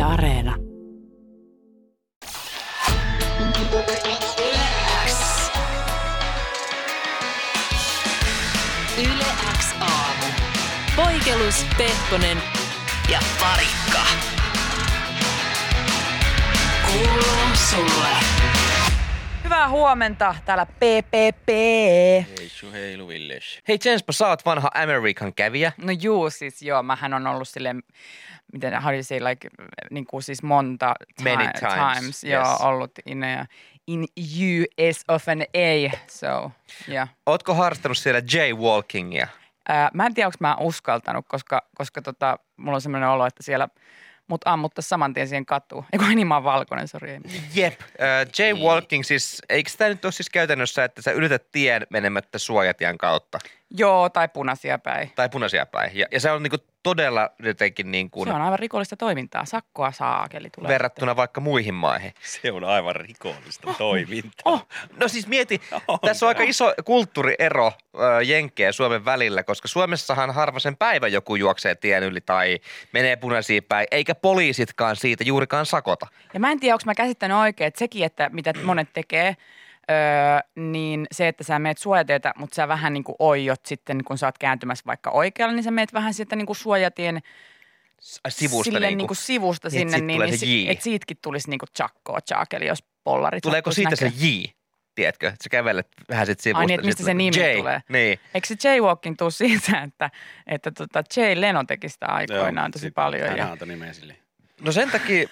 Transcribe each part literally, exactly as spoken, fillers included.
Areena. Yle X aamu. Poikelus, Pehkonen ja Parikka. Kuuluu sulle. Hyvää huomenta, täällä P P P. Hei su heilu Villes. Hei Jenspa, sä oot vanha American kävijä. No juu, siis joo, mähän on ollut silleen, miten, how do you say, like, niin kuin siis monta Many ti- times, times yes. joo, ollut in, a, in U S of an A, so, yeah. Ootko harrastanut siellä jaywalkingia? Ää, mä en tiedä, onko mä uskaltanut, koska, koska tota, mulla on semmoinen olo, että siellä mut ammuttaisiin saman tien siihen katuun. Eiku niin, mä oon valkoinen, sori. Jep. Uh, jaywalking siis, eikö sitä nyt ole siis käytännössä, että sä ylität tien menemättä suojatien kautta? Joo, tai punaisia päin. Tai punaisia päin. Ja, ja se on niinku todella jotenkin niin kuin Se on aivan rikollista toimintaa. Sakkoa saakeli tulee. verrattuna vaikka muihin maihin. Se on aivan rikollista toimintaa. Oh, no siis mieti, On tässä on aika joo. iso kulttuuriero äh, Jenkkeen ja Suomen välillä, koska Suomessahan harva sen päivä joku juoksee tien yli tai menee punaisiin päin, eikä poliisitkaan siitä juurikaan sakota. Ja mä en tiedä, onko mä käsittänyt oikein, että sekin, että mitä monet tekee, öö, niin se, että sä meet suojatietä, mutta sä vähän niin kuin oijot sitten, kun sä oot kääntymässä vaikka oikealla, niin sä meet vähän sitten niin kuin suojatien Sivusta sille niin niin kuin. kuin sivusta Niin, sinne, sit niin, tulee niin se si- J. että siitäkin tulisi niin kuin tjakkoa tjaakeli, jos pollarit Tuleeko sattuisi siitä se näkemään. J, tiedätkö? Että sä kävelet vähän sit sivusta. Ai niin, että mistä sit se nimi J. tulee. Niin. Eikö se jaywalking tuu siitä, että, että tota Jay Leno teki sitä aikoinaan tosi paljon. Hän Ja, antoi nimeä sille. No sen takia,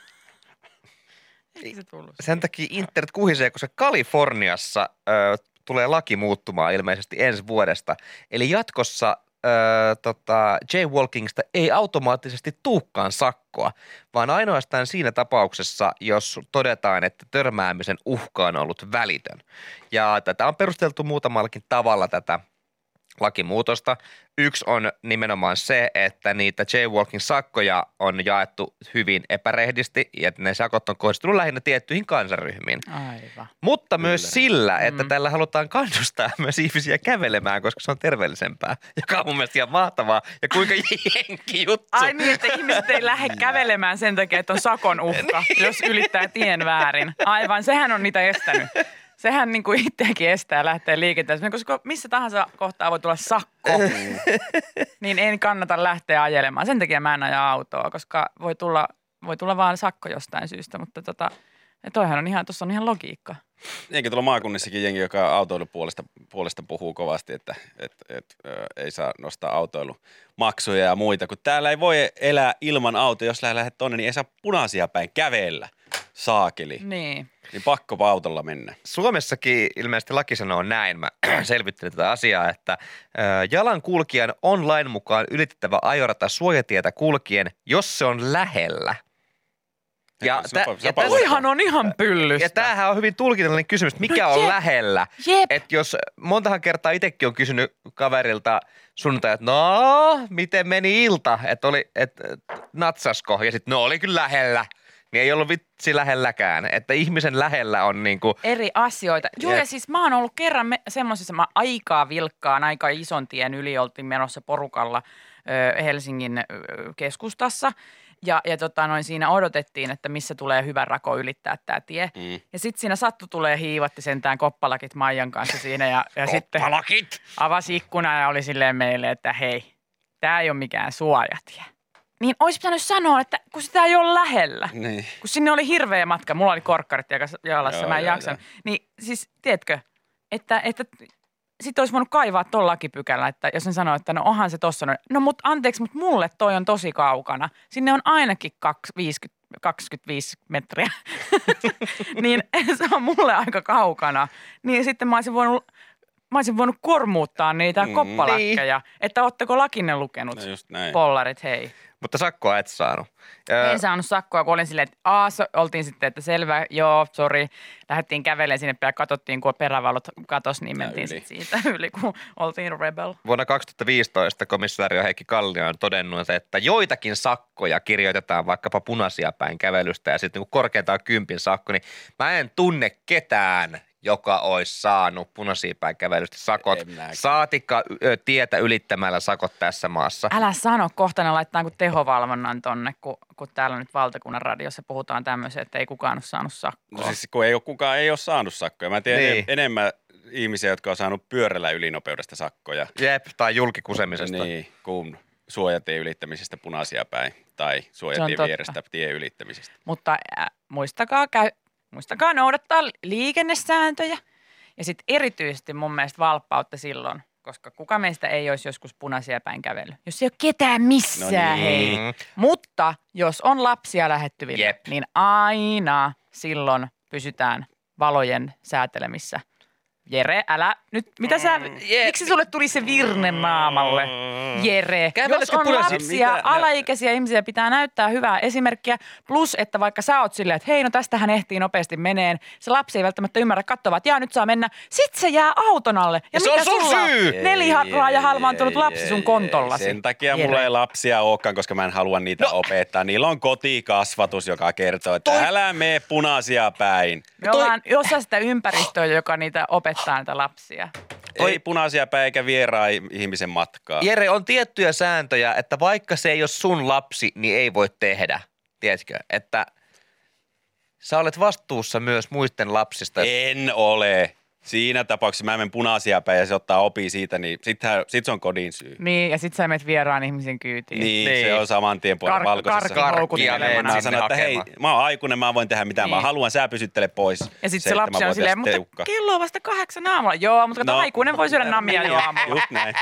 eikö se tullut? sen takia internet kuhisee, koska Kaliforniassa ö, tulee laki muuttumaan ilmeisesti ensi vuodesta. Eli jatkossa ö, tota, jaywalkingista ei automaattisesti tuukkaan sakkoa, vaan ainoastaan siinä tapauksessa, jos todetaan, että törmäämisen uhka on ollut välitön. Ja tätä on perusteltu muutamallakin tavalla tätä lakimuutosta. Yksi on nimenomaan se, että niitä jaywalking-sakkoja on jaettu hyvin epärehdisti ja että ne sakot on kohdistunut lähinnä tiettyihin kansanryhmiin. Aivan. Mutta myös sillä, että Mm. tällä halutaan kannustaa myös ihmisiä kävelemään, koska se on terveellisempää, joka on mun mielestä ihan mahtavaa ja kuinka jenkki juttu. Ai niin, että ihmiset ei lähde kävelemään sen takia, että on sakon uhka, jos ylittää tien väärin. Aivan, sehän on niitä estänyt. Sehän niin kuin itseäkin estää lähteä liikenteeseen, koska missä tahansa kohtaa voi tulla sakko, niin ei kannata lähteä ajelemaan. Sen takia mä en aja autoa, koska voi tulla, voi tulla vaan sakko jostain syystä, mutta tota, ja toihan on ihan, tuossa on ihan logiikka. Eikä tuolla maakunnissakin jengi, joka autoilun puolesta, puolesta puhuu kovasti, että et, et, ö, ei saa nostaa autoilumaksuja ja muita. Kun täällä ei voi elää ilman autoa, jos lähdet tonne, niin ei saa punaisia päin kävellä. Saakeli. Niin. Niin pakko autolla mennä. Suomessakin ilmeisesti laki sanoo näin, mä selvittelin tätä asiaa, että ö, jalankulkijan on lain mukaan ylitettävä ajorata suojatietä kulkien, jos se on lähellä. Ja, Sopa- tä, sopa- ja, sopa- täs- Toihan on ihan pyllystä. ja tämähän on hyvin tulkinnallinen kysymys, mikä No on jep. lähellä. Jep. Että jos montahan kertaa itsekin on kysynyt kaverilta sunnuntai, että no, miten meni ilta, että oli, että natsasko, ja sitten no oli kyllä lähellä. Niin ei ollut vitsi lähelläkään, että ihmisen lähellä on niinku, Eri asioita. Joo, Jep. ja siis mä oon ollut kerran me, semmoisessa, mä aikaa vilkkaan, aika ison tien yli oltiin menossa porukalla ö, Helsingin ö, keskustassa. Ja, ja tota, noin siinä odotettiin, että missä tulee hyvä rako ylittää tämä tie. Mm. Ja sitten siinä sattu tulee hiivatti sentään koppalakit Maijan kanssa siinä ja, ja sitten palakit! avasi ikkuna ja oli silleen meille, että hei, tämä ei ole mikään suojatie. Niin olisi pitänyt sanoa, että kun sitä ei ole lähellä. Niin. Kun sinne oli hirveä matka, mulla oli korkkarit jalassa, Joo, mä en joo, jaksanut. Niin siis, tiedätkö, että, että sitten olisi voinut kaivaa tuon lakipykälä, että jos ne sanoo, että no onhan se tossa noin. No mut anteeksi, mutta mulle toi on tosi kaukana. Sinne on ainakin viisikymmentä, kaksikymmentäviisi metriä. Niin se on mulle aika kaukana. Niin sitten mä olisin voinut, mä olisin voinut kormuuttaa niitä Mm. koppalakkeja. Että ootteko lakinne lukenut? No just näin. Pollarit, hei. Mutta sakkoa et saanut. Ö, En saanut sakkoa, kun olin silleen, että aa, so, oltiin sitten, että selvä, joo, sori. Lähdettiin kävelemään sinne ja katsottiin, kun perävalot katos, niin Ja mentiin yli. sitten siitä yli, kun oltiin rebel. Vuonna kaksituhattaviisitoista komissaario Heikki Kallio on todennut, että joitakin sakkoja kirjoitetaan vaikkapa punaisia päin kävelystä ja sitten kun korkeintaan kympin sakko, niin mä en tunne ketään, joka olisi saanut punaisia päin kävelystä sakot. Saatikka ö, tietä ylittämällä sakot tässä maassa. Älä sano, kohta ne laittaa kuin tehovalvonnan tonne, kun, kun täällä nyt valtakunnan radiossa puhutaan tämmöisiä, että ei kukaan ole saanut sakkoa. No siis kun ei ole, kukaan ei ole saanut sakkoja. Mä tiedän Niin. enemmän ihmisiä, jotka on saanut pyörällä ylinopeudesta sakkoja. Jep, tai julkikusemisesta. Niin, kuin suojatien ylittämisestä punaisia päin tai suojatien totta. vierestä tien ylittämisestä. Mutta äh, muistakaa, käy, muistakaa noudattaa liikennesääntöjä ja sitten erityisesti mun mielestä valppautta silloin, koska kuka meistä ei olisi joskus punaisia päin kävellyt. Jos ei ole ketään missään, No hei. niin. Mutta jos on lapsia lähettyvillä, Jep. niin aina silloin pysytään valojen säätelemissä. Jere, älä nyt, mitä sä, miksi sulle tuli se virne naamalle? Jere, Kävelekö jos on punaisen- lapsia, Mitä? alaikäisiä ihmisiä pitää näyttää hyvää esimerkkiä. Plus, että vaikka sä oot silleen, että hei, no tästähän ehtii nopeasti meneen. Se lapsi ei välttämättä ymmärrä, katsovat, että jaa, nyt saa mennä. Sitten se jää auton alle. Ja se on sun sulla syy! Neliraaja halvaantunut lapsi sun kontollasi. Sen takia Jere. mulla ei lapsia olekaan, koska mä en halua niitä no. opettaa. Niillä on kotikasvatus, joka kertoo, että Toi- älä mene punaisia päin. Me Toi- ollaan osa sitä ympäristöä, joka niitä opettaa niitä lapsia. Toi... Ei punaisia päin eikä vieraan ihmisen matkaa. Jere, on tiettyjä sääntöjä, että vaikka se ei ole sun lapsi, niin ei voi tehdä. Tiedätkö? Että sä olet vastuussa myös muisten lapsista. En ole. Siinä tapauksessa mä menen punaisia päin ja se ottaa opi siitä, niin sittenhän, sit se on kodin syy. Niin, ja sit sä menet vieraan ihmisen kyytiin. Niin, Niin. se on saman tien puolella Kar- valkoisessa. karkki houkuttelemana. Mä sanon, että hei, mä oon aikuinen, mä voin tehdä mitä Niin. mä haluan, sä pysyttele pois. Ja sitten se lapsi on silleen, mutta teukka. kello on vasta kahdeksan aamulla. Joo, mutta kato, No. aikuinen voi syödä nammia jo aamulla. Just näin.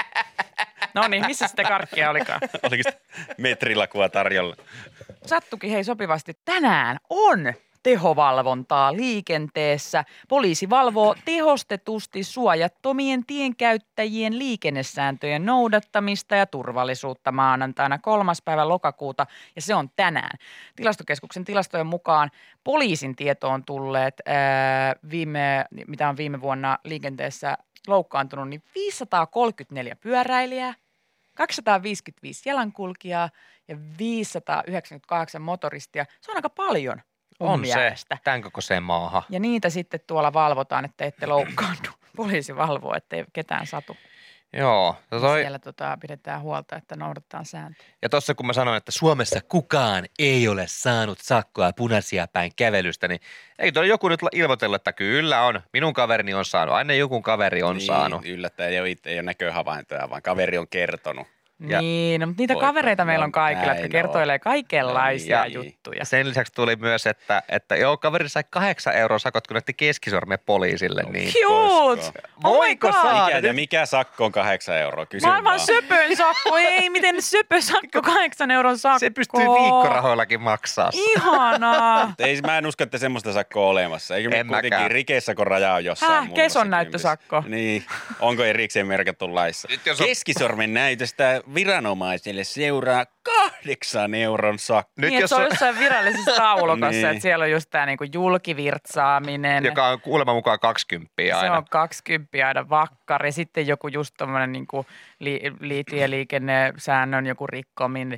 No niin, missä sitä karkkia olikaan? Oliko sitä metrilakua tarjolla? Sattukin hei sopivasti. Tänään on tehovalvontaa liikenteessä. Poliisi valvoo tehostetusti suojattomien tienkäyttäjien liikennesääntöjen noudattamista ja turvallisuutta maanantaina kolmas päivä lokakuuta, ja se on tänään. Tilastokeskuksen tilastojen mukaan poliisin tietoon tulleet ää, viime, mitä on viime vuonna liikenteessä loukkaantunut, niin viisisataakolmekymmentäneljä pyöräilijää, kaksisataaviisikymmentäviisi jalankulkijaa ja viisisataayhdeksänkymmentäkahdeksan motoristia. Se on aika paljon. On se, mielestä. tämän kokoiseen maahan. Ja niitä sitten tuolla valvotaan, että ette loukkaannu. Poliisi valvoo, ettei ketään satu. Joo. No toi, Siellä tota, pidetään huolta, että noudatetaan sääntöjä. ja tuossa kun mä sanoin, että Suomessa kukaan ei ole saanut sakkoa punaisia päin kävelystä, niin ei tuolla joku nyt ilmoitella, että kyllä on. Minun kaverini on saanut. Aina joku kaveri on niin, saanut. Yllättäen ei ole, itse, ei ole näköhavaintoja, vaan kaveri on kertonut. Ja- Niin, no, mutta niitä Voi- kavereita meillä on no, kaikilla, jotka näin kertoilee kaikenlaisia No niin. juttuja. Ja sen lisäksi tuli myös, että, että joo, kaveri sai kahdeksan euroa sakot, kun näytti keskisormen poliisille. Niin. Cute! Koska- Oh my Voiko God! saada? Mikä, ja mikä sakko on kahdeksan euroa? Kysyn Maailman vaan. söpön sakko. Ei, miten söpö sakko, kahdeksan euron sakko. Se pystyy viikkorahoillakin maksaa. Ihanaa. Ei, mä en usko, että semmoista sakkoa on olemassa. Eikö me En kuitenkin mäkään. rikeissakon raja on jossain Häh, muunlaisessa Keson kympissä. näyttösakko? Niin. Onko erikseen merkattu laissa? Nyt jos on- Keskisormen näytöstä viranomaisille seuraa kahdeksan euron sakko. Nyt Niin, jos että se on on, jossain virallisessa taulukossa, Niin. että siellä on just tämä niinku julkivirtsaaminen. joka on kuulemma mukaan kaksikymppiä Se aina. on kaksikymmentä aina vakkari. Sitten joku just tommoinen niinku li, li, tieliikennesäännön joku rikkominen,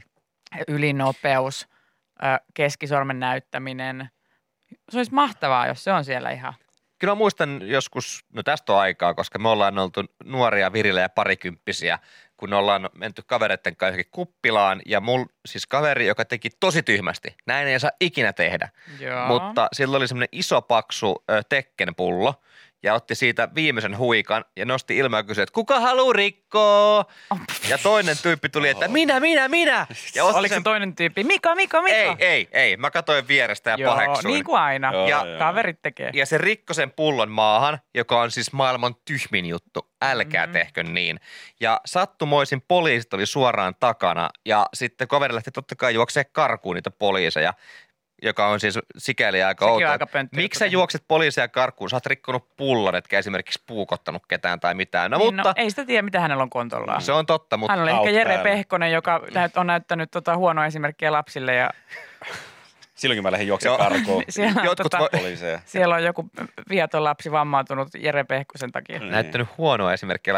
ylinopeus, ö, keskisormen näyttäminen. Se olisi mahtavaa, jos se on siellä ihan. Kyllä mä muistan joskus, no tästä on aikaa, koska me ollaan oltu nuoria, virilejä ja parikymppisiä, kun ollaan menty kavereiden kanssa johonkin kuppilaan ja mul siis kaveri, joka teki tosi tyhmästi. Näin ei saa ikinä tehdä, Joo. mutta sillä oli semmoinen iso paksu ö, Tekken-pullo ja otti siitä viimeisen huikan ja nosti ilmaa ja kysyi, että kuka haluaa rikkoa? Ja toinen tyyppi tuli, että minä, minä, minä. Ja otti Oliko se sen... toinen tyyppi? Mika, Mika, Mika. Ei, ei, ei. Mä katsoin vierestä ja Joo, paheksuin. niin kuin aina. Joo, Ja joo. kaverit tekee. Ja se rikkoi sen pullon maahan, joka on siis maailman tyhmin juttu. Älkää mm-hmm. tehkö niin. Ja sattumoisin poliisit oli suoraan takana ja sitten kaveri lähti totta kai juoksee karkuun niitä poliiseja, joka on siis sikäli aika Sekin outoa. on aika pönttö Miksi juttu sä tehdä. juokset poliisia karkuun? Sä oot rikkonut pullon, etkä esimerkiksi puukottanut ketään tai mitään. No Niin, mutta no, ei sitä tiedä, mitä hänellä on kontollaan. se on totta, mutta Hän oli Out ehkä Jere päällä. Pehkonen, joka näyt, on näyttänyt tota huonoa esimerkkiä lapsille. Ja Silloinkin mä lähdin juoksemaan Joo. karkuun siellä, on, Jotkut tota, voi- poliiseja. siellä on joku viaton lapsi vammautunut Jere Pehkosen takia. Mm. näyttänyt huonoa esimerkkiä lapsille.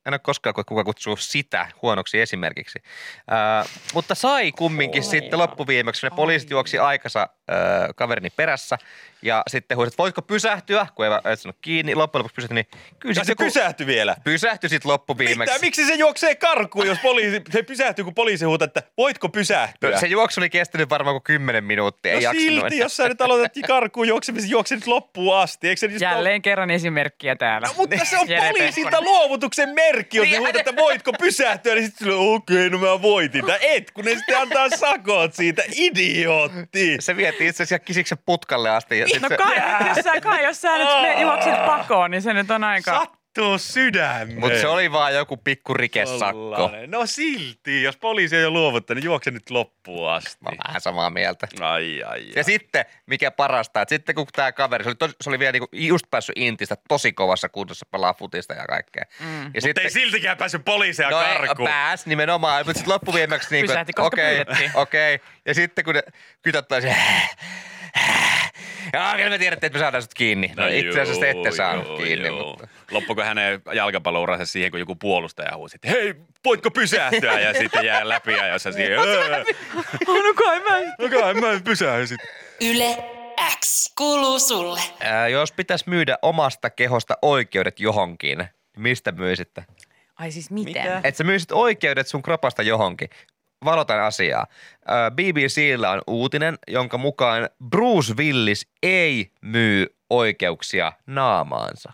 en ole koskaan kuka kutsuu sitä huonoksi esimerkiksi. Äh, mutta sai kumminkin oh, sitten loppuviimeksi. Ne oh, poliisit juoksi aikansa äh, kaverini perässä ja sitten huusi, että voitko pysähtyä, kun ei et sanonut kiinni. Loppujen lopuksi pysähtyi, niin kyllä ja se kun pysähtyi vielä. Pysähtyi sitten loppuviimeksi. Mitä? Miksi se juoksee karkuun, jos poliisi, se pysähtyy, kun poliisi huutaa, että voitko pysähtyä? No, se juoksu oli kestänyt varmaan kuin kymmenen minuuttia. No ei silti, jaksanut. jos sä nyt aloitat karkuun juoksemisen, juokse nyt loppuun asti. Eikö se nyt Jälleen kerran esimerkkiä täällä. No, mutta se on Jere poliisilta Pehkonen. luovutuksen merkki, jos ne huutaa, että voitko pysähtyä, niin sitten okei, okay, no mä voitin. Tai et, kun ne sitten antaa sakot siitä, idiootti. Se vietiin itse asiassa kisiksen putkalle asti. Ja sit No se, kai, jos sä, kai, jos sä nyt me juoksit pakoon, niin se nyt on aika... Sattuu sydämeen. mutta se oli vaan joku pikku rikesakko. Tollanen. No silti, jos poliisi on jo luovuttanut, niin juokse nyt loppuun asti. Mä oon vähän samaa mieltä. Ai, ai, ai. Ja sitten, mikä parasta, että sitten kun tämä kaveri, se oli, tos, se oli vielä niinku just päässyt Intistä tosi kovassa kunnossa pelaa futista ja kaikkea. Mm. Ja Mutta sitten, ei siltikään päässyt poliiseja no karkuun. pääs nimenomaan, mutta sitten loppuviimeksi niin Pysähti, koska okei, pyydettiin. okei. Ja sitten kun ne kytättäisiin, Jaa, kyllä me tiedätte, että me saadaan sut kiinni. No, itse asiassa te ette saanut kiinni. Joo. Mutta... Loppuiko hänen jalkapallouransa siihen, kun joku puolustaja huusi, että hei, voitko pysähtyä? Ja sitten jää läpi ja jos siihen, No kai mä... no kai mä pysähdyn sitten. Yle X kuuluu sulle. Ää, jos pitäisi myydä omasta kehosta oikeudet johonkin, niin mistä myisitte? Ai siis miten? Mitä? Että sä myisit oikeudet sun kropasta johonkin. Valotan asiaa. B B C:llä on uutinen, jonka mukaan Bruce Willis ei myy oikeuksia naamaansa.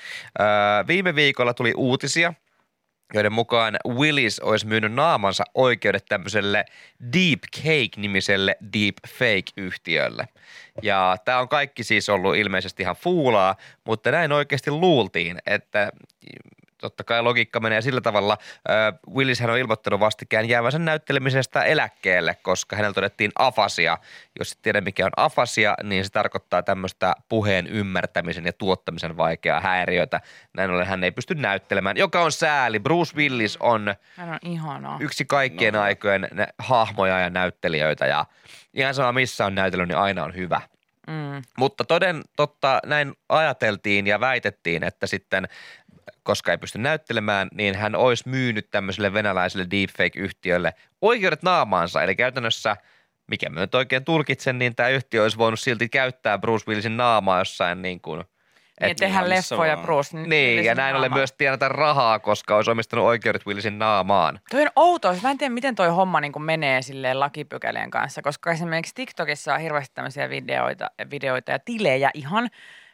Viime viikolla tuli uutisia, joiden mukaan Willis olisi myynyt naamansa oikeudet tämmöiselle Deep Cake-nimiselle deepfake-yhtiölle. Ja tämä on kaikki siis ollut ilmeisesti ihan fuulaa, mutta näin oikeasti luultiin, että totta kai logiikka menee sillä tavalla. Äh, Willis hän on ilmoittanut vastikään jäävänsä näyttelemisestä eläkkeelle, koska hänellä todettiin afasia. Jos et tiedä mikä on afasia, niin se tarkoittaa tämmöistä puheen ymmärtämisen ja tuottamisen vaikeaa häiriötä. Näin ollen hän ei pysty näyttelemään, joka on sääli. Bruce Willis on Hän on ihanaa. yksi kaikkien no. aikojen nä- hahmoja ja näyttelijöitä ja ihan sama missä on näytellyt, niin aina on hyvä. Mm. Mutta toden totta näin ajateltiin ja väitettiin, että sitten koska ei pysty näyttelemään, niin hän olisi myynyt tämmöiselle venäläiselle deepfake-yhtiölle oikeudet naamaansa. Eli käytännössä, mikä mä nyt oikein tulkitsen, niin tämä yhtiö olisi voinut silti käyttää Bruce Willisin naamaa jossain niin kuin... Niin, tehdään leffoja vaan. Bruce. Niin, ja näin ollen myös tienata rahaa, koska olisi omistanut oikeudet Willisin naamaan. Toi on outoa. Mä en tiedä, miten toi homma niin menee silleen lakipykälien kanssa, koska esimerkiksi TikTokissa on hirveästi tämmöisiä videoita, videoita ja tilejä ihan.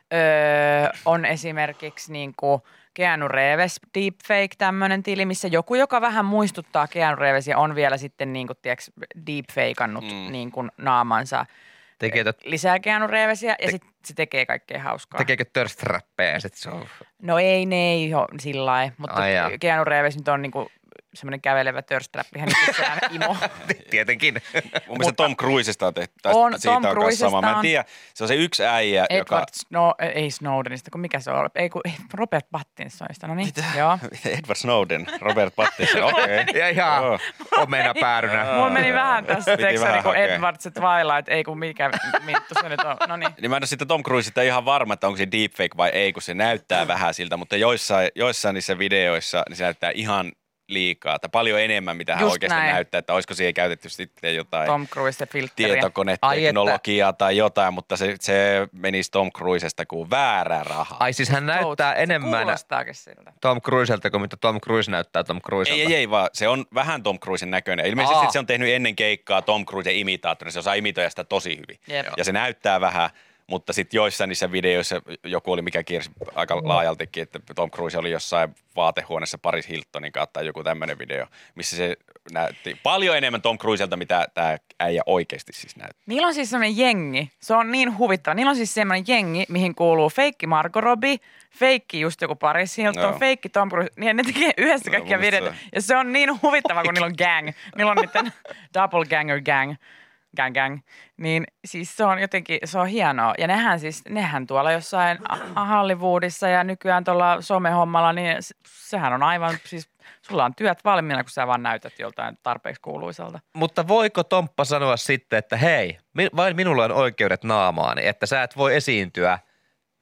Öö, on esimerkiksi niin kuin Keanu Reeves deepfake tämmöinen tili, missä joku, joka vähän muistuttaa Keanu Reevesia, on vielä sitten niin kuin, tiiäks, deepfakeannut mm. niin kuin naamansa. Tekeekö, Lisää Keanu Reevesia ja te- sitten se tekee kaikkea hauskaa. tekeekö törstrappeja? Se on... No ei, ne ei ole sillä lailla, mutta Ai jaa. Keanu Reeves nyt on niinku semmoinen kävelevä törstrappi, hän nyt sehän imo. Tietenkin. Mun mielestä Tom Cruisesta on tehty. On, siitä Tom on kanssa Cruisesta sama. Mä en on. tiedä, se on se yksi äijä, joka... Edward Snow, ei Snowdenista, kun mikä se on? Ei kun Robert Pattinsonista, no niin, joo. Edward Snowden, Robert Pattinson, okei. Okay. Ja ihan Joo. omena päärynä. Mulla meni vähän tässä Piti teksä vähän niin kuin hakea. Edward se Twilight, ei kun mikä Minttu se nyt on, no niin. Niin mä en ole sitten Tom Cruisesta ihan varma, että onko se deepfake vai ei, kun se näyttää vähän siltä, mutta joissain, joissain niissä videoissa niin se näyttää ihan liikaa, tai paljon enemmän, mitä hän Just oikeasti näin. näyttää, että olisiko siihen käytetty sitten jotain Tom Cruise filtteriä. tietokoneteknologiaa tai jotain, mutta se, se menisi Tom Cruisesta kuin väärä raha. Ai siis hän näyttää Se enemmän kuulostaakin siltä. Tom Cruiselta kuin mitä Tom Cruise näyttää Tom Cruiselta. Ei, ei, ei, vaan se on vähän Tom Cruisen näköinen. Ilmeisesti Aa. se on tehnyt ennen keikkaa Tom Cruisen imitaattori, se osaa imitoida sitä tosi hyvin. Jep. Ja se näyttää vähän, mutta sitten joissain niissä videoissa joku oli, mikä kiersi aika laajaltikin, että Tom Cruise oli jossain vaatehuoneessa Paris Hiltonin kautta tai joku tämmöinen video, missä se näytti paljon enemmän Tom Cruiselta, mitä tämä äijä oikeasti siis näytti. Niillä on siis semmoinen jengi, se on niin huvittava. Niillä on siis semmoinen jengi, mihin kuuluu feikki Margot Robbie, feikki just joku Paris Hilton, Joo. feikki Tom Cruise, niin ne tekee yhdessä No, kaikkia mun mielestä videoita. Ja se on niin huvittava, kun niillä on gang. Niillä on niiden doppelganger gang. Gang gang. Niin siis se on jotenkin, se on hienoa. Ja nehän siis, nehän tuolla jossain Hollywoodissa ja nykyään tuolla somehommalla, niin se- sehän on aivan siis, sulla on työt valmiina, kun sä vaan näytät joltain tarpeeksi kuuluiselta. Mutta voiko Tomppa sanoa sitten, että hei, mi- vain minulla on oikeudet naamaani, että sä et voi esiintyä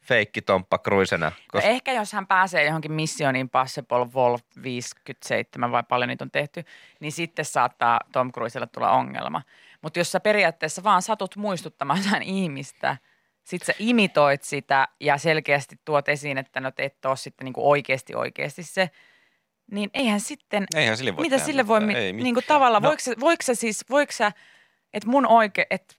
feikki Tomppa Cruisena. Koska... No ehkä jos hän pääsee johonkin Mission Impossible Vol viisikymmentäseitsemän vai paljon niitä on tehty, niin sitten saattaa Tom Cruisella tulla ongelma. Mutta jos sä periaatteessa vaan satut muistuttamaan jotain ihmistä, sit sä imitoit sitä ja selkeästi tuot esiin, että no te et ole sitten niinku oikeasti oikeasti se, niin eihän sitten, eihän sille voi mitä tehdä sille voi, mitään, mi- ei niinku mitään. tavallaan, No. voiko, sä, voiko sä siis, voiko sä, että mun oike, että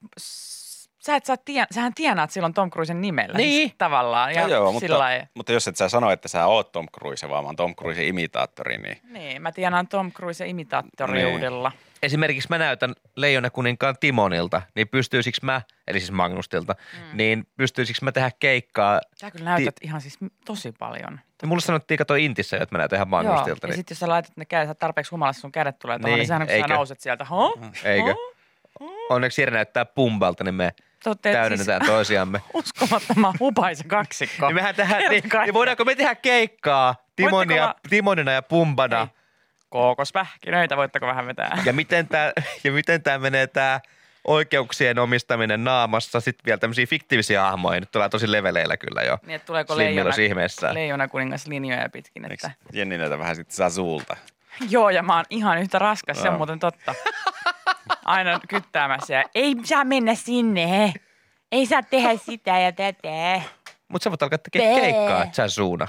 sä et saa tien, sähän tienaat silloin Tom Cruisen nimellä. Niin. Siis tavallaan. Ja No joo, sillä mutta, lailla- mutta jos et sä sano, että sä oot Tom Cruise, vaan mä oon Tom Cruisen imitaattori, niin Niin, mä tienaan Tom Cruisen imitaattoriudella. Esimerkiksi mä näytän Leijona kuninkaan Timonilta, niin pystyisikö mä, eli siis Magnustilta, mm. niin pystyisikö mä tehdä keikkaa. Sä kyllä näytät ihan siis tosi paljon. Ja mulle sanottiin, kato Intissä, että mä näytän ihan Magnustilta. Joo, ja Niin, sitten jos sä laitat ne kädet, sä tarpeeksi humalassa sun kädet tulee tuohon, niin, Niin, niin sehän on, kun sä eikö? nouset sieltä. Huh? eikö? Huh? Onneksi Jere näyttää pumbalta, niin me Totte, täydennetään siis, toisiamme. uskomattoman hupaisa kaksikko. Niin mehän tehdään, Kerta niin, kaikkiaan. niin voidaanko me tehdä keikkaa Timonia, Voitteko mä- Timonina ja Pumbana? Ei. Kookospähkinöitä, voitteko vähän vetää? Ja miten tämä ja miten tää menee tämä oikeuksien omistaminen naamassa, sitten vielä tämmöisiä fiktiivisiä hahmoja. Nyt ollaan tosi leveleillä kyllä jo. Niin, että tuleeko Slimmillä leijona, ihmeessä. leijona kuningas linjoja pitkin. eikö Että... Jenni näitä vähän sitten Zazulta? Joo, ja mä oon ihan yhtä raskas, se on Joo. muuten totta. Aina kyttäämässä ja ei saa mennä sinne. Ei saa tehdä sitä ja tätä. Mutta sä voit alkaa tekemään Pee. keikkaa, Zazuna.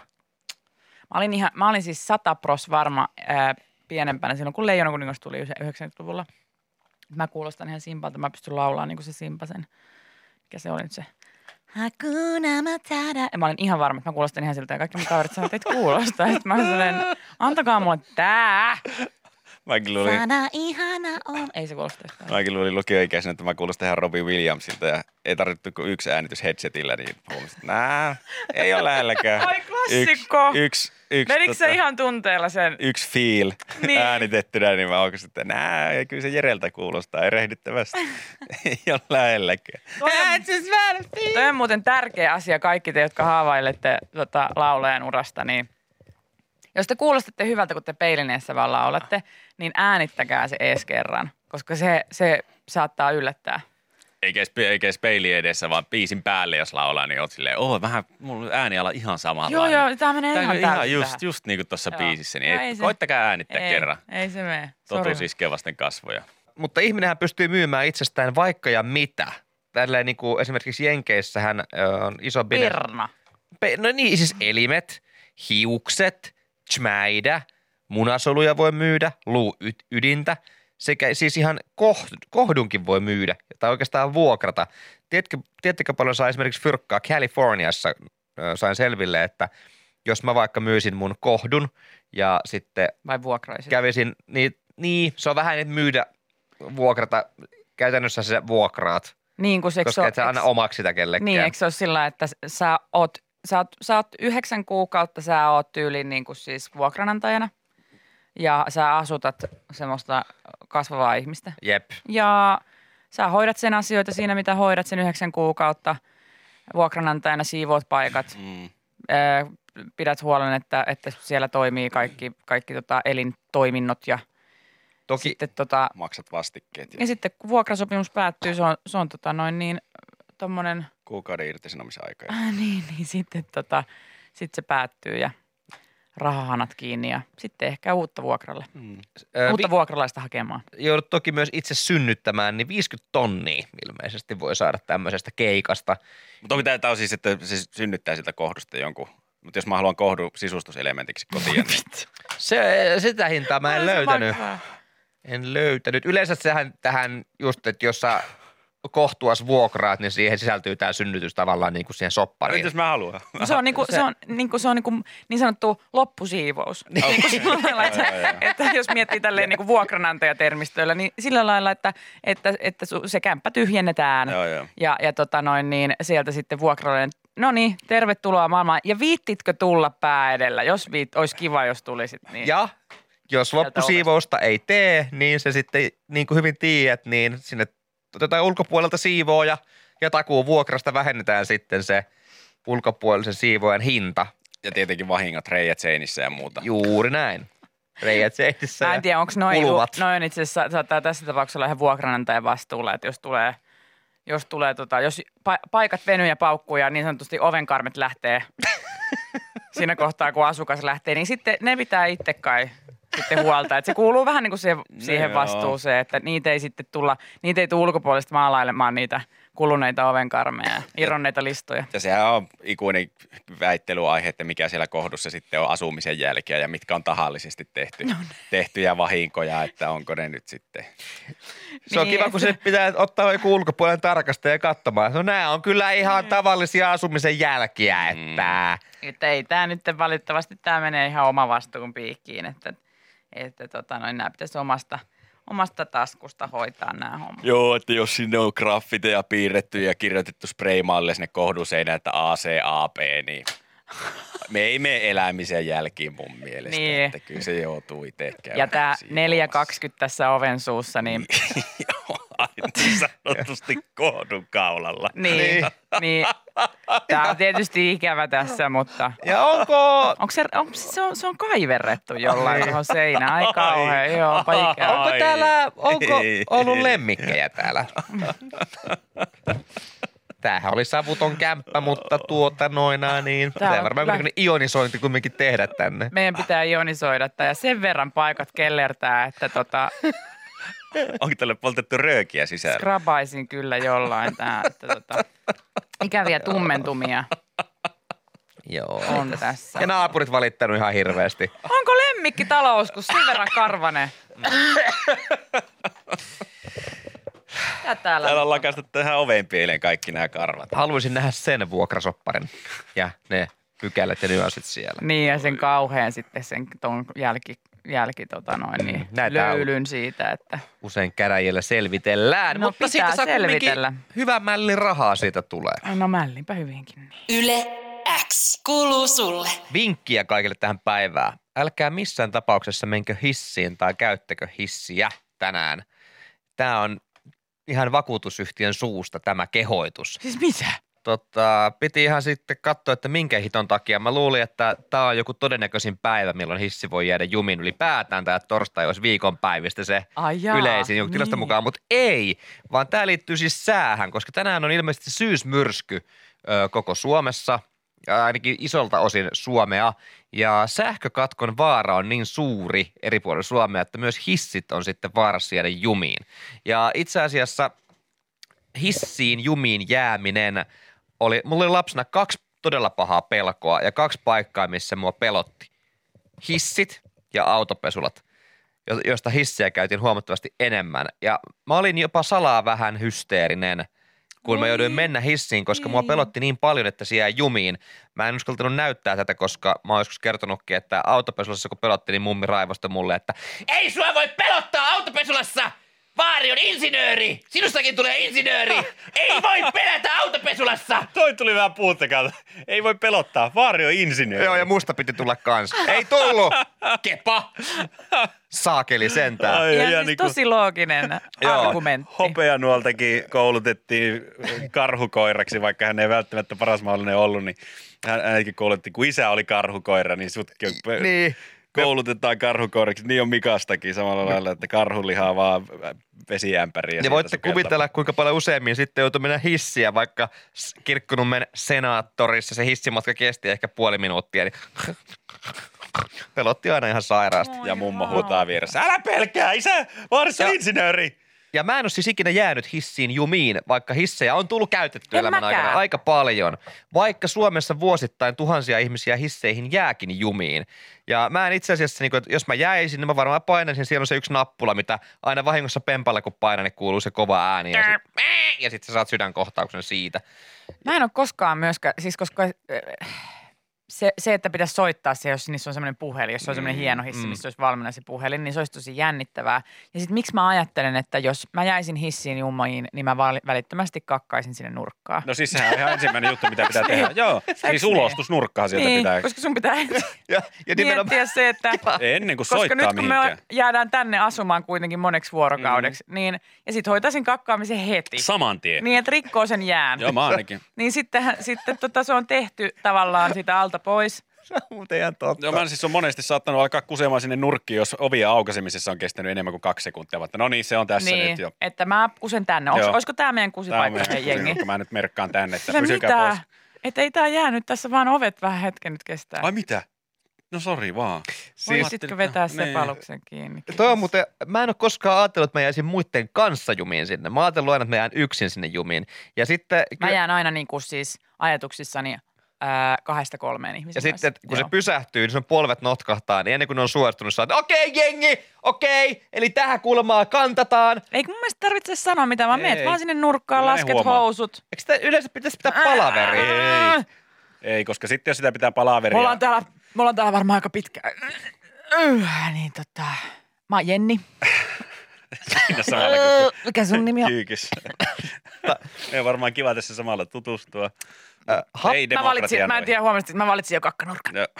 Mä olin, ihan, mä olin siis sata pros varma ää, pienempänä silloin, kun Leijona kuningas tuli yhdeksänkymmentäluvulla. Mä kuulostan ihan Simpalta, mä pystyn laulamaan niin kuin se Simpa sen. Mikä se oli nyt se? Hakuna Matata. Ja mä olin ihan varma, että mä kuulostan ihan siltä ja kaikki mun kaverit sanoivat, että et kuulosta. Sitten mä olin sellainen, antakaa mulle tää. Mäkin luulin, Sana ihana on. Ei se kuulosta yhtään. mäkin luulin lukioikäisenä, että mä kuulostan ihan Robbie Williamsilta ja ei tarvittu kuin yksi äänitys headsetillä, niin huomasin, että nää, ei ole lähelläkään. Ai klassikko. Yksi, yksi, yksi, Menikö se ihan tunteella sen? yksi feel Niin. niin. äänitettynä, niin mä oon että nää, ei kyllä se Jereltä kuulostaa erehdyttävästi. ei ole lähelläkään. Toi on, toi on muuten tärkeä asia kaikki te, jotka haavailette tota, laulajan urasta, niin jos te kuulostatte hyvältä, kun te peilineessä vaan laulatte, niin äänittäkää se ees kerran, koska se, se saattaa yllättää. Eikä edes, eikä edes peili edessä, vaan biisin päälle, jos laulaa, niin oot silleen, oh, vähän, mulla ääniala ihan samanlainen. Joo, joo, tää menee Tää ihan on ihan täysin just, tähän. just niin kuin tuossa Joo. biisissä, niin No ei, ei se- koittakaa äänittää ei, kerran. Ei se mene. Totuus iskee vasten kasvoja. Mutta ihminenhän pystyy myymään itsestään vaikka ja mitä. Tälleen niin kuin esimerkiksi Jenkeissähän ö, on iso bine. Perna. Pe- no niin, siis elimet, hiukset, chmäidä, munasoluja voi myydä, luuydintä sekä siis ihan koh- kohdunkin voi myydä tai oikeastaan vuokrata. Tiedätkö, tiedättekö paljon saa esimerkiksi fyrkkaa Californiassa, ö, sain selville, että jos mä vaikka myisin mun kohdun ja sitten Vai vuokraisit? kävisin, niin, niin se on vähän, että myydä, vuokrata, käytännössä sä vuokraat, Niin, kun se, eikö se koska ole- et sä anna eikö- omaksi sitä kellekään. Niin, eikö se ole sillä lailla, että sä oot, sä oot, sä oot yhdeksän kuukautta, sä oot tyyliin niin kuin siis vuokranantajana ja sä asutat semmoista kasvavaa ihmistä. Jep. Ja sä hoidat sen asioita siinä, mitä hoidat sen yhdeksän kuukautta. Vuokranantajana siivoat paikat, Mm. ää, pidät huolen, että, että siellä toimii kaikki, kaikki tota elintoiminnot ja Toki sitten tota, Maksat vastikkeet ja ja sitten kun vuokrasopimus päättyy, se on, se on tota noin niin tommonen, kuukauden irtisanomisaika. äh, niin, niin sitten tota, sit se päättyy ja rahahanat kiinni ja sitten ehkä uutta vuokralle. Mm. ö, Uutta vuokralaista hakemaan. vi- joudut toki myös itse synnyttämään, niin viisikymmentä tonnia ilmeisesti voi saada tämmöisestä keikasta. Mutta onko tämä on siis, että se synnyttää siltä kohdusta jonkun, mutta jos mä haluan kohdun sisustuselementiksi kotiin, niin Se, sitä hintaa mä en Ai, se löytänyt. maksaa. En löytänyt. Yleensä sehän tähän just, että jos sä kohtuas vuokraat, niin siihen sisältyy tämä synnytys tavallaan niin kuin siihen soppariin. jos mä haluan. No se on, niinku, se on, niinku, se on niinku, niin sanottu loppusiivous. Niinku sillä lailla, että, Joo, joo, joo. että jos miettii tälleen niinku vuokranantajatermistöillä, niin sillä lailla, että, että, että su- se kämppä tyhjennetään Joo, joo. ja, ja tota noin, niin sieltä sitten vuokralainen, no niin, tervetuloa maailmaan. Ja viittitkö tulla pää edellä? Jos viit, olisi kiva, jos tulisit. Niin. Ja jos loppusiivousta ei tee, niin se sitten, niin kuin hyvin tiedät, niin sinne otetaan ulkopuolelta siivooja ja takuu vuokrasta vähennetään sitten se ulkopuolisen siivoojan hinta. Ja tietenkin vahingot, reijät seinissä ja muuta. Juuri näin. Reijät seitissä Mä en ja tiedä, onko noin, kuluvat. noin itse asiassa saattaa tässä tapauksessa olla ihan vuokranantajan vastuulla, että jos tulee jos tulee tota, jos pa- paikat venyy ja paukkuu ja niin sanotusti ovenkarmet lähtee siinä kohtaa, kun asukas lähtee, niin sitten ne pitää itse kai sitten huolta. Että se kuuluu vähän niin kuin siihen, siihen vastuuseen, että niitä ei sitten tulla, niitä ei tule ulkopuolista maalailemaan niitä kuluneita ovenkarmeja, irronneita listoja. Ja sehän on ikuinen väittelyaihe, että mikä siellä kohdussa sitten on asumisen jälkeä ja mitkä on tahallisesti tehty, no, tehtyjä vahinkoja, että onko ne nyt sitten. Se on niin, kiva, kun se pitää ottaa joku ulkopuolen tarkastaja katsomaan. No nämä on kyllä ihan tavallisia asumisen jälkiä, että... Mm. Että ei tämä nyt valitettavasti, tämä menee ihan oma vastuun piikkiin, että, että tota, noin, nämä pitäisi omasta... omasta taskusta hoitaa nämä hommat. Joo, että jos sinne on graffiteja piirretty ja kirjoitettu spraymaalle sinne kohduseinään, että A C A P, niin me ei mene elämisen jälkiin mun mielestä. Niin. Että kyllä se joutuu itse käymään. Ja tämä neljä kaksikymmentä tässä oven suussa, niin... Joo, aina sanotusti kohdun kaulalla. niin, niin. Tämä on tietysti ikävä tässä, mutta... Ja onko... Onko se, on, se, on, se on kaiverrettu jollain tuohon seinään. Ai kauhean, joo, ikävä. Onko täällä, onko ollut lemmikkejä täällä? Tämähän oli savuton kämppä, mutta tuota noina, niin pitää varmaan kyllä ionisointi kumminkin tehdä tänne. Meidän pitää ionisoida tämä ja sen verran paikat kellertää, että tota... Onko tälle poltettu röökiä sisällä? Skrabaisin kyllä jollain tää, että tota... Ikäviä tummentumia. Joo. On tässä. Ja naapurit valittanut ihan hirveästi. Onko lemmikki talous, kun sen verran karvane? Mitä täällä? Täällä on lakastettu tähän oven pieleen kaikki nämä karvat. Haluaisin nähdä sen vuokrasopparin ja ne pykälät ja nyanssit siellä. Niin ja sen kauhean sitten sen ton jälki, jälki tota noin, niin Näitä löylyn siitä, että... Usein käräjillä selvitellään, No, mutta pitää siitä saa selvitellä. hyvä mällin rahaa siitä tulee. No mällinpä hyvinkin niin. Yle X kuuluu sulle. Vinkkiä kaikille tähän päivään. Älkää missään tapauksessa menkö hissiin tai käyttäkö hissiä tänään. Tämä on ihan vakuutusyhtiön suusta tämä kehoitus. Siis mitä? Tota, piti ihan sitten katsoa, että minkä hiton takia. Mä luulin, että tämä on joku todennäköisin päivä, milloin hissi voi jäädä jumiin ylipäätään. Tai torstai olisi viikonpäivistä se Ai jaa, yleisin joku tilasta niin. mukaan. Mutta ei, vaan tämä liittyy siis säähän, koska tänään on ilmeisesti syysmyrsky ö, koko Suomessa. Ja ainakin isolta osin Suomea. Ja sähkökatkon vaara on niin suuri eri puolilla Suomea, että myös hissit on sitten vaarassa jäädä jumiin. Ja itse asiassa hissiin jumiin jääminen oli, mulla oli lapsena kaksi todella pahaa pelkoa ja kaksi paikkaa, missä mua pelotti. Hissit ja autopesulat, joista hissiä käytiin huomattavasti enemmän. Ja mä olin jopa salaa vähän hysteerinen, kun mä jouduin mennä hissiin, koska mua pelotti niin paljon, että se jää jumiin. Mä en uskaltanut näyttää tätä, koska mä oon joskus kertonutkin, että autopesulassa kun pelotti, niin mummi raivostui mulle, että ei sua voi pelottaa autopesulassa! Vaari on insinööri! Sinustakin tulee insinööri! Ei voi pelätä autopesulassa! Toi tuli vähän puuttekaa. Ei voi pelottaa. Vaari on insinööri. Joo, ja musta piti tulla kans. Ei tullut! Kepa! Saakeli sentään. Ai, Ihan ja siis niinku- tosi looginen argumentti. Hopeanuoltakin koulutettiin karhukoiraksi, vaikka hän ei välttämättä paras mahdollinen ollut, niin hän hänetkin koulutettiin, kun isä oli karhukoira, niin sutkin on Niin. koulutetaan karhukoiraksi. Niin on Mikastakin samalla lailla, että karhulihaa vaan vesiämpäriin. Ja voitte kuvitella, kuinka paljon useammin sitten joutui mennä hissiä, vaikka Kirkkonummen senaattorissa se hissimatka kesti ehkä puoli minuuttia, niin pelotti aina ihan sairaasti. Ja mummo huutaa vieressä, älä pelkää, isä, vaarissa Ja- insinööri. Ja mä en ole siis ikinä jäänyt hissiin jumiin, vaikka hissejä on tullut käytetty En elämän mäkään. aikana aika paljon. Vaikka Suomessa vuosittain tuhansia ihmisiä hisseihin jääkin jumiin. Ja mä en itse asiassa, niin kun, että jos mä jäisin, niin mä varmaan painaisin, siellä on se yksi nappula, mitä aina vahingossa pempalla kun painan, niin kuuluu se kova ääni. Ja sitten ja sit sä saat sydänkohtauksen siitä. Mä en ole koskaan myöskään, siis koska äh, se, se, että pitäisi soittaa se, jos niissä on semmoinen puhelin, jos se on semmoinen hieno hissi, missä olisi valmiina se puhelin, niin se olisi tosi jännittävää. Ja sitten miksi mä ajattelen, että jos mä jäisin hissiin jumiin, niin mä val- välittömästi kakkaisin sinne nurkkaan. No siis sehän on ihan ensimmäinen juttu, mitä pitää tehdä. Joo, siis niin? ulostusnurkkaa sieltä niin, pitää. koska sun pitää Ja, ja nimenomaan, miettiä se, että Ennen kuin koska soittaa nyt kun me mihinkään. jäädään tänne asumaan kuitenkin moneksi vuorokaudeksi, mm. niin, ja sitten hoitaisin kakkaamisen heti. Saman tien. Niin, että rikkoo sen jään. Joo, mä ainakin. Niin sitten, sitten tota, se on tehty tavallaan sitä alta pois. Se on muuten ihan totta. Joo, mä siis on monesti saattanut alkaa kusemaan sinne nurkkiin, jos ovien aukaisemisessa on kestänyt enemmän kuin kaksi sekuntia. Mutta no niin, se on tässä niin, nyt jo. että mä kusen tänne. Onks, Joo. olisiko tämä meidän kusipaikka, Tämä on meidän jengi? kusinurkka. Mä nyt merkkaan tänne, että Sillä pysykää mitä? pois. Että ei tää jäänyt tässä, vaan ovet vähän hetken nyt kestää. Ai mitä? No sori vaan. Voisitkö vetää Niin. sepaluksen kiinni? Toi on muuten, mä en ole koskaan ajatellut, että mä jäisin muiden kanssa jumiin sinne. Mä ajatellut aina, että mä jään yksin sinne jumiin. Ja sitten... Mä jään aina niin kuin siis ajatuksissani ää, kahdesta kolmeen ihmisen Ja sitten, kanssa. kun Joo. se pysähtyy, niin sun polvet notkahtaa, niin ennen kuin ne on suostunut, sä oot, okei okay, jengi, okei, okay, eli tähän kulmaa kantataan. Eikö mun mielestä tarvitse sanoa mitä, vaan Ei. meet vaan sinne nurkkaan, Kyllä ne lasket huomaa. housut. Eikö sitä yleensä pitäisi pitää palaveria? Ei. Ei, koska sitten jos sitä pitää palaveria. Me ollaan täällä, me ollaan täällä varmaan aika pitkään. Yh, niin tota, mä oon Jenni. Siinä samalla kuin Mikä sun nimi on? kyykyssä. Ei varmaan kiva tässä samalla tutustua. Äh, ha- Ei Mä valitsin, demokratian mä en tiedä huomasit, että mä valitsin jo kakkanurkan. Joo.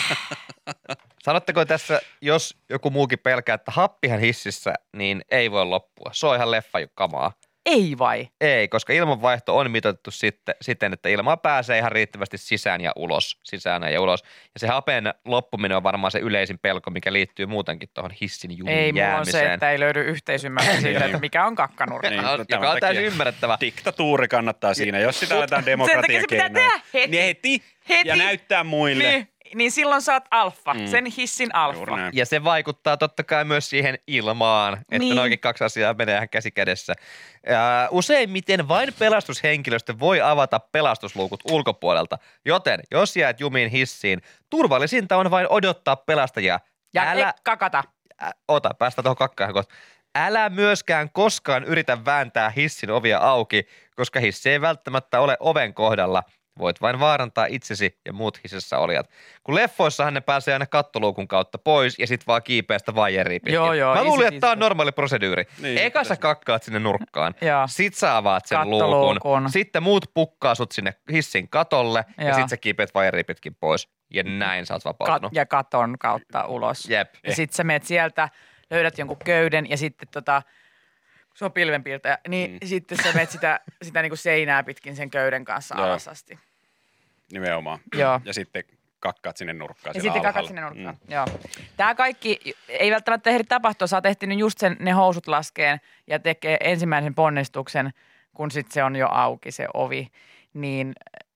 Sanotteko tässä, jos joku muukin pelkää, että happihan hississä, niin ei voi loppua. Se on ihan leffakamaa. Ei vai? Ei, koska ilmanvaihto on mitoitettu sitten, siten, että ilmaa pääsee ihan riittävästi sisään ja ulos, sisään ja ulos. Ja se hapen loppuminen on varmaan se yleisin pelko, mikä liittyy muutenkin tuohon hissin jumiin Ei, mulla on jäämiseen. se, että ei löydy yhteisymmärrystä siitä, että mikä on kakkanurkka. Niin, Joka no on- tämän joka on täysin takia ymmärrettävä. Diktatuuri kannattaa siinä, jos sitä aletaan Sen takia demokratian se pitää keinoin. tehdä heti. Niin heti, Heti. ja näyttää muille. Niin, niin silloin sä oot alfa, Mm. sen hissin alfa. Juuri näin. Ja se vaikuttaa totta kai myös siihen ilmaan, että Niin. noikin kaksi asiaa menee ihan käsi kädessä. Ja useimmiten vain pelastushenkilöstö voi avata pelastusluukut ulkopuolelta, joten jos jäät jumiin hissiin, turvallisinta on vain odottaa pelastajia. Ja Älä, Älä... kakata. ä, ota, päästä tuohon kakkaan kohta. Älä myöskään koskaan yritä vääntää hissin ovia auki, koska hissi ei välttämättä ole oven kohdalla. Voit vain vaarantaa itsesi ja muut hississä olijat. Kun leffoissahan ne pääsee aina kattoluukun kautta pois ja sit vaan kiipeästä vaijeriin pitkin. Joo, joo, Mä luulin, easy että tää on peasy. normaali proseduuri. Niin, Eka sä kakkaat sinne nurkkaan. Joo. Sit sä avaat sen Kattoluukun. luukun. Sitten muut pukkaa sut sinne hissin katolle ja Joo. sit sä kiipeät vaijeriin pitkin pois. Ja näin sä oot Kat- vapautunut. ja katon kautta ulos. Jep. Ja sit sä meet sieltä, löydät jonkun köyden ja sitten tota, kun se on pilvenpiirtäjä, niin Mm. mm. sitten sä meet sitä, sitä niinku seinää pitkin sen köyden kanssa Joo. alas asti. Nimenomaan. Joo. Ja sitten kakkaat sinne nurkkaan. Ja siellä sitten kakat alhaalla. sinne nurkkaan. Mm. Joo. Tämä kaikki ei välttämättä ehdi tapahtua. Sä oot ehtinyt just sen, ne housut laskeen ja tekee ensimmäisen ponnistuksen, kun sitten se on jo auki se ovi. Niin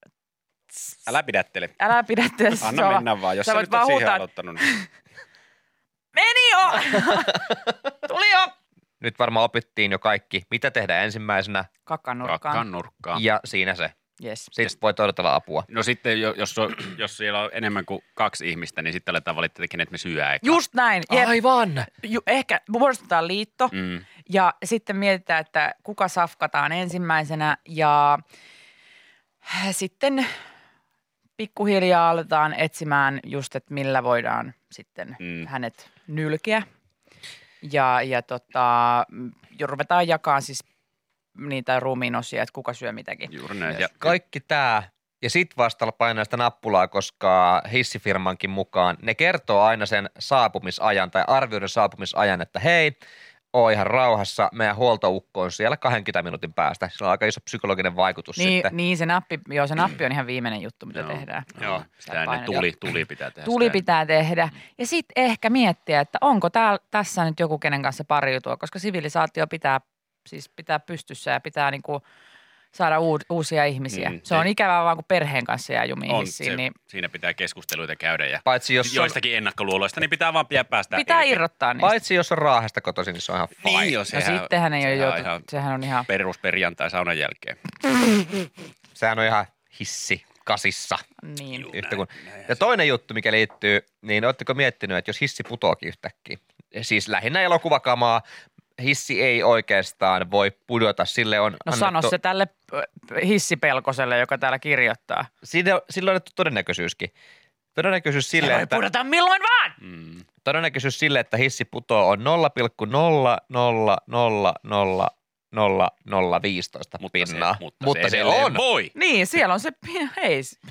Älä pidättele. älä pidättele. Anna mennä vaan, jos sä sä, voit nyt oot vaan siihen huutaa, aloittanut. Niin. meni jo! Tuli jo! Nyt varmaan opittiin jo kaikki, mitä tehdään ensimmäisenä Kakkanurkkaan. Kakkaan nurkkaan. ja siinä se. Yes. Sitten voit odotella apua. No sitten, jo- jos, on, jos siellä on enemmän kuin kaksi ihmistä, niin sitten aletaan valittaa, että kenet me syödään eka. Just näin. Jep. Aivan! Ju, ehkä muodostetaan liitto Mm. ja sitten mietitään, että kuka safkataan ensimmäisenä ja sitten pikkuhiljaa aletaan etsimään just, että millä voidaan sitten Mm. mm. hänet nylkeä. Ja, ja tota, jo ruvetaan jakamaan siis niitä ruumiinosia, että kuka syö mitäkin. Juuri näin. Ja Ja, kaikki tää. Ja sit vasta painaa sitä nappulaa, koska hissifirmankin mukaan ne kertoo aina sen saapumisajan tai arvioiden saapumisajan, että hei, oo ihan rauhassa, meidän huoltoukko on siellä kaksikymmentä minuutin päästä. Sillä on aika iso psykologinen vaikutus Niin, sitten. niin se nappi, joo se nappi on ihan viimeinen juttu, mitä Joo. tehdään. joo, Sä sitä ennen painat. tuli, tuli pitää tehdä. Tuli sitä pitää tehdä. Ja sitten ehkä miettiä, että onko tää, tässä nyt joku, kenen kanssa pariutua, koska sivilisaatio pitää, siis pitää pystyssä ja pitää niinku saada uu, uusia ihmisiä. Mm, Mm, se on se- ikävää vaan, kun perheen kanssa jää jumiin On, hissiin, se, niin siinä pitää keskusteluita käydä ja Paitsi jos, on, joistakin ennakkoluuloista, niin pitää vaan pie- päästä pitää irti. irrottaa niistä. paitsi jos on Raahesta kotoisin, niin se on ihan fine. Niin jo, No sehän, sittenhän ei ole sehän on joutu, ihan sehän on ihan, perusperjantai saunan jälkeen. Sehän on ihan hissi kasissa. niin. Juu, Yhtä kuin. näin, näin Ja toinen juttu, mikä liittyy, niin ootteko miettinyt, että jos hissi putoakin yhtäkkiä, siis lähinnä elokuvakamaa, hissi ei oikeastaan voi pudota, sille on No sano se tälle ö, hissipelkoselle, joka täällä kirjoittaa. Sille, sille on annettu todennäköisyyskin. Todennäköisyys sille, Se voi että, pudota milloin vaan! Mm. todennäköisyys sille, että hissi putoo on nolla pilkku nolla nolla nolla nolla nolla nolla viisitoista Mutta pinnaa. se, mutta mutta se, se edelleen on. voi. Niin, siellä on se, hei,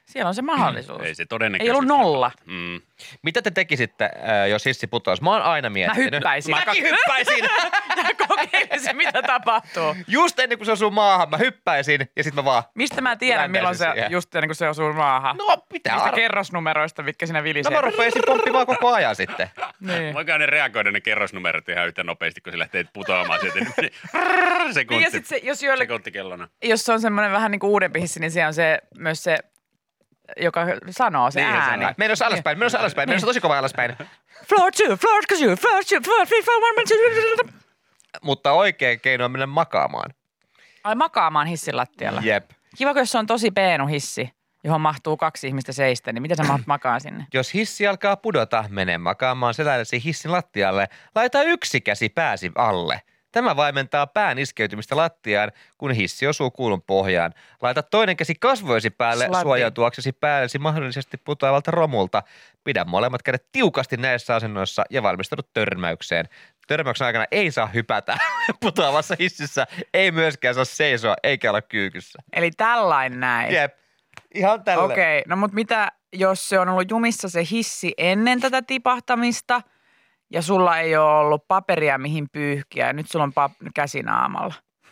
Siellä on se mahdollisuus. Ei se todennäköisesti. Ei ollut nolla. Mm. Mitä te tekisitte, äh, jos hissi putoisi? Mä oon aina Mä miettinyt. hyppäisin. Mäkin hyppäisin. Mä kokeilisin, mitä tapahtuu. Just ennen kuin se osuu maahan, mä hyppäisin ja sitten mä vaan... Mistä mä tiedän, Läntäisin milloin se siihen. just ennen kuin se osuu maahan? No, pitää Mistä arvaa. kerrosnumeroista, mitkä siinä No vilisee? mä rupeisin pomppimaan koko ajan sitten. Niin. Voikaan ne reagoida ne kerrosnumerot ihan yhtä nopeasti, kun se lähtee putoamaan sieltä. Niin, Sekunti, ja sit se, jos, joille, sekuntikellona. jos se on semmoinen vähän niin kuin uudempi hissi, niin se on se, myös se, joka sanoo se Niin, se ääni. sanoo. Mennään alaspäin, mennään alaspäin, mennään tosi kova alaspäin. Floor two, floor two, floor two, floor three, floor one, two. Mutta oikea keino on mennä makaamaan. Ai makaamaan hissin lattialla. Jep. Kiva, kun jos se on tosi peenu hissi, johon mahtuu kaksi ihmistä seistä, niin miten sä maat makaa sinne? Jos hissi alkaa pudota, mene makaamaan selällesi hissin lattialle. Laita yksi käsi pääsi alle. Tämä vaimentaa pään iskeytymistä lattiaan, kun hissi osuu kuulun pohjaan. Laita toinen käsi kasvoisi päälle Slatti. suojautuaksesi päällesi mahdollisesti putoavalta romulta. Pidä molemmat kädet tiukasti näissä asennoissa ja valmistaudu törmäykseen. Törmäyksen aikana ei saa hypätä putoavassa hississä, ei myöskään saa seisoa eikä olla kyykyssä. Eli tällainen näin. Jep, ihan tällä. Okei, no mutta mitä, jos se on ollut jumissa se hissi ennen tätä tipahtamista ja sulla ei ole ollut paperia mihin pyyhkiä ja nyt sulla on pap- käsi naamalla.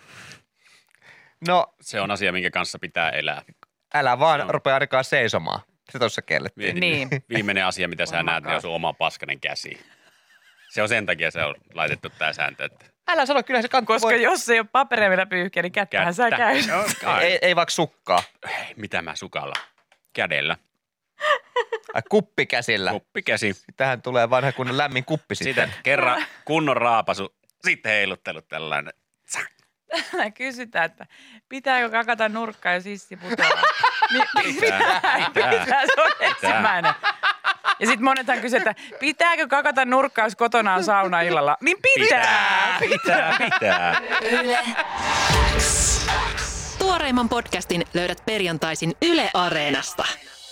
No, Se on asia, minkä kanssa pitää elää. älä vaan rupea ainakaan seisomaan. Se tuossa kellettiin. Vi- Niin. Viimeinen asia, mitä sä Oh my näet, niin on God. sun oma paskanen käsi. Se on sen takia se on laitettu tää sääntö, että Älä sano, kyllä se kanttaa. Koska jos ei ole paperia millä pyyhkiä, niin kättähän sä käy. Joo, kai. Ei, ei vaikka sukkaa. Ei, mitä mä sukalla? Kädellä. Ai, kuppikäsillä. Kuppikäsi. Tähän tulee vanha kunnon lämmin kuppi sitten. Sitten kerran kunnon raapasu, sitten heiluttelu tällainen. Kysytään, että pitääkö kakata nurkkaa, jos hissi putoaa? Niin, Pitää, pitää. pitää, se on ensimmäinen. Ja sitten monethan kysyy, että pitääkö kakata nurkkaa, jos kotona on sauna illalla? Niin pitää! Pitää, pitää. Yle X. Tuoreimman podcastin löydät perjantaisin Yle Areenasta.